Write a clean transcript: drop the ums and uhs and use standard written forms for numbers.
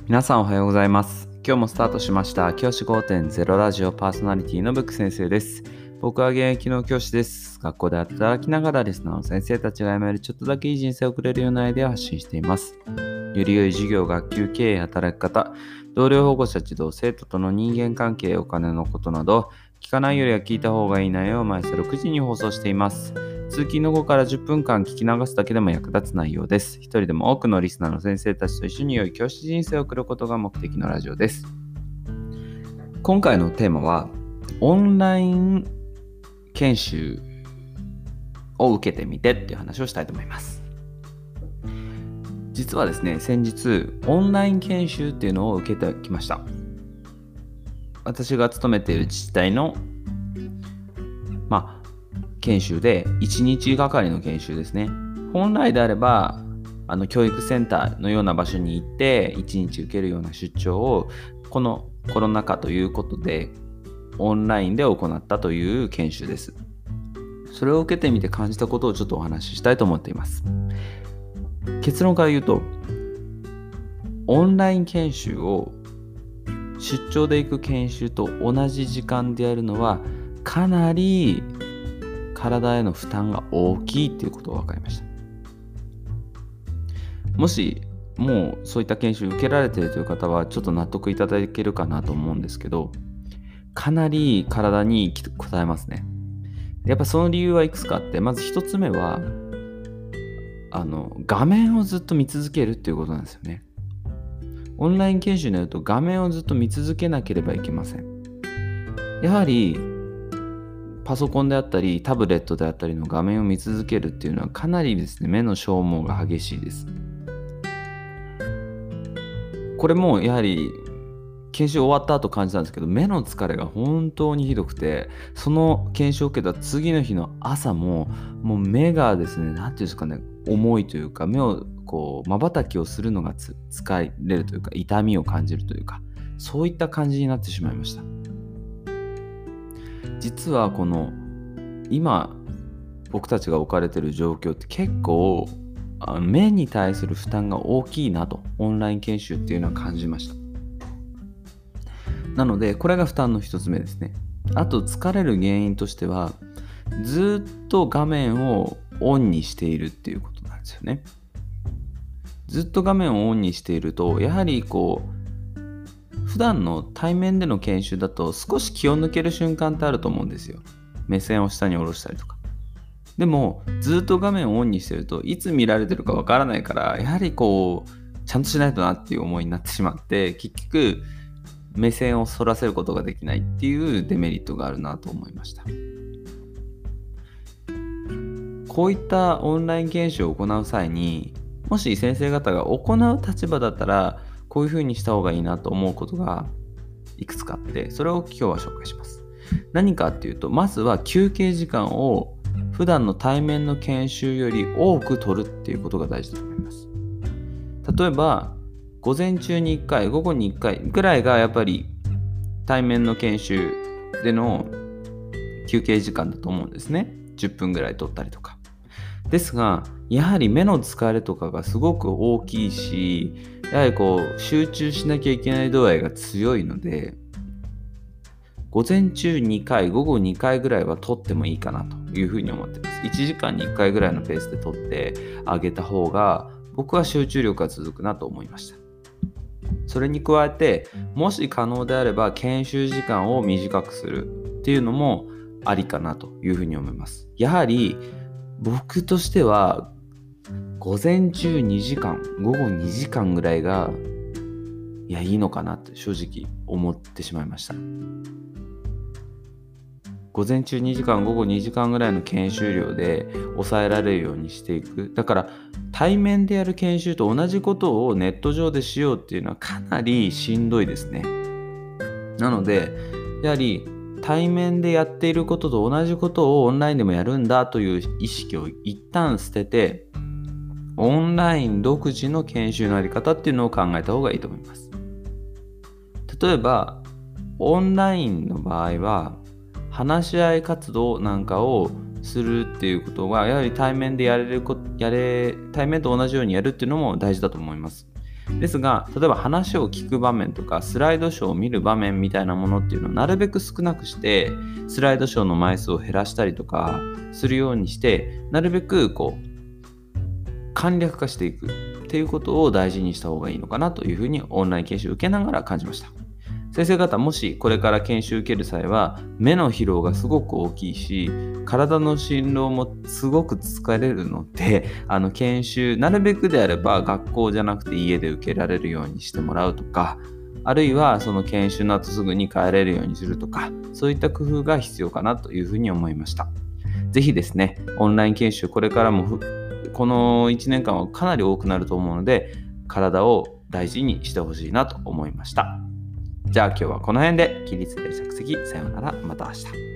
皆さんおはようございます。今日もスタートしました教師 5.0 ラジオパーソナリティのブック先生です。僕は現役の教師です。学校で働きながらリスナーの先生たちが今よりちょっとだけいい人生を送れるようなアイデアを発信しています。より良い授業、学級経営、働き方、同僚保護者、児童生徒との人間関係、お金のことなど、聞かないよりは聞いた方がいい内容を毎朝6時に放送しています。通勤の後から10分間聞き流すだけでも役立つ内容です。一人でも多くのリスナーの先生たちと一緒に良い教師人生を送ることが目的のラジオです。今回のテーマは、オンライン研修を受けてみてっていう話をしたいと思います。実はですね、先日オンライン研修っていうのを受けてきました。私が勤めている自治体の研修で1日がかりの研修ですね。本来であれば教育センターのような場所に行って1日受けるような出張をこのコロナ禍ということでオンラインで行ったという研修です。それを受けてみて感じたことをちょっとお話ししたいと思っています。結論から言うと、オンライン研修を出張で行く研修と同じ時間でやるのはかなり体への負担が大きいっていうことが分かりました。もしもうそういった研修受けられているという方はちょっと納得いただけるかなと思うんですけど、かなり体に応えますね。やっぱその理由はいくつかあって、まず一つ目は画面をずっと見続けるっていうことなんですよね。オンライン研修になると画面をずっと見続けなければいけません。やはりパソコンであったりタブレットであったりの画面を見続けるっていうのはかなりですね、目の消耗が激しいです。これもやはり研修終わった後感じたんですけど、目の疲れが本当にひどくて、その研修を受けた次の日の朝ももう目がですね、なんていうんですかね、重いというか、目を瞬きをするのが疲れるというか、痛みを感じるというか、そういった感じになってしまいました。実はこの今僕たちが置かれている状況って結構目に対する負担が大きいなと、オンライン研修っていうのは感じました。なのでこれが負担の一つ目ですね。あと疲れる原因としては、ずっと画面をオンにしているっていうことなんですよね。ずっと画面をオンにしていると、やはり普段の対面での研修だと少し気を抜ける瞬間ってあると思うんですよ。目線を下に下ろしたりとか。でもずっと画面をオンにしてるといつ見られてるかわからないから、やはりちゃんとしないとなっていう思いになってしまって、結局目線を反らせることができないっていうデメリットがあるなと思いました。こういったオンライン研修を行う際に、もし先生方が行う立場だったらこういう風にした方がいいなと思うことがいくつかあって、それを今日は紹介します。何かっていうと、まずは休憩時間を普段の対面の研修より多く取るっていうことが大事だと思います。例えば午前中に1回、午後に1回ぐらいがやっぱり対面の研修での休憩時間だと思うんですね。10分ぐらい取ったりとか。ですが、やはり目の疲れとかがすごく大きいし、やはり集中しなきゃいけない度合いが強いので、午前中2回、午後2回ぐらいは取ってもいいかなというふうに思っています。1時間に1回ぐらいのペースで取ってあげた方が、僕は集中力が続くなと思いました。それに加えて、もし可能であれば研修時間を短くするっていうのもありかなというふうに思います。やはり僕としては午前中2時間、午後2時間ぐらいがいいのかなって正直思ってしまいました。午前中2時間、午後2時間ぐらいの研修量で抑えられるようにしていく。だから対面でやる研修と同じことをネット上でしようっていうのはかなりしんどいですね。なのでやはり対面でやっていることと同じことをオンラインでもやるんだという意識を一旦捨てて、オンライン独自の研修のあり方っていうのを考えた方がいいと思います。例えばオンラインの場合は話し合い活動なんかをするっていうことは、やはり対面で対面と同じようにやるっていうのも大事だと思います。 ですが、例えば話を聞く場面とかスライドショーを見る場面みたいなものっていうのをなるべく少なくして、スライドショーの枚数を減らしたりとかするようにして、なるべく簡略化していくっていうことを大事にした方がいいのかなというふうにオンライン研修を受けながら感じました。先生方、もしこれから研修受ける際は、目の疲労がすごく大きいし、体の心労もすごく疲れるので、研修、なるべくであれば学校じゃなくて家で受けられるようにしてもらうとか、あるいはその研修の後すぐに帰れるようにするとか、そういった工夫が必要かなというふうに思いました。ぜひですね、オンライン研修、これからもこの1年間はかなり多くなると思うので、体を大事にしてほしいなと思いました。じゃあ今日はこの辺で。起立で着席。さようなら。また明日。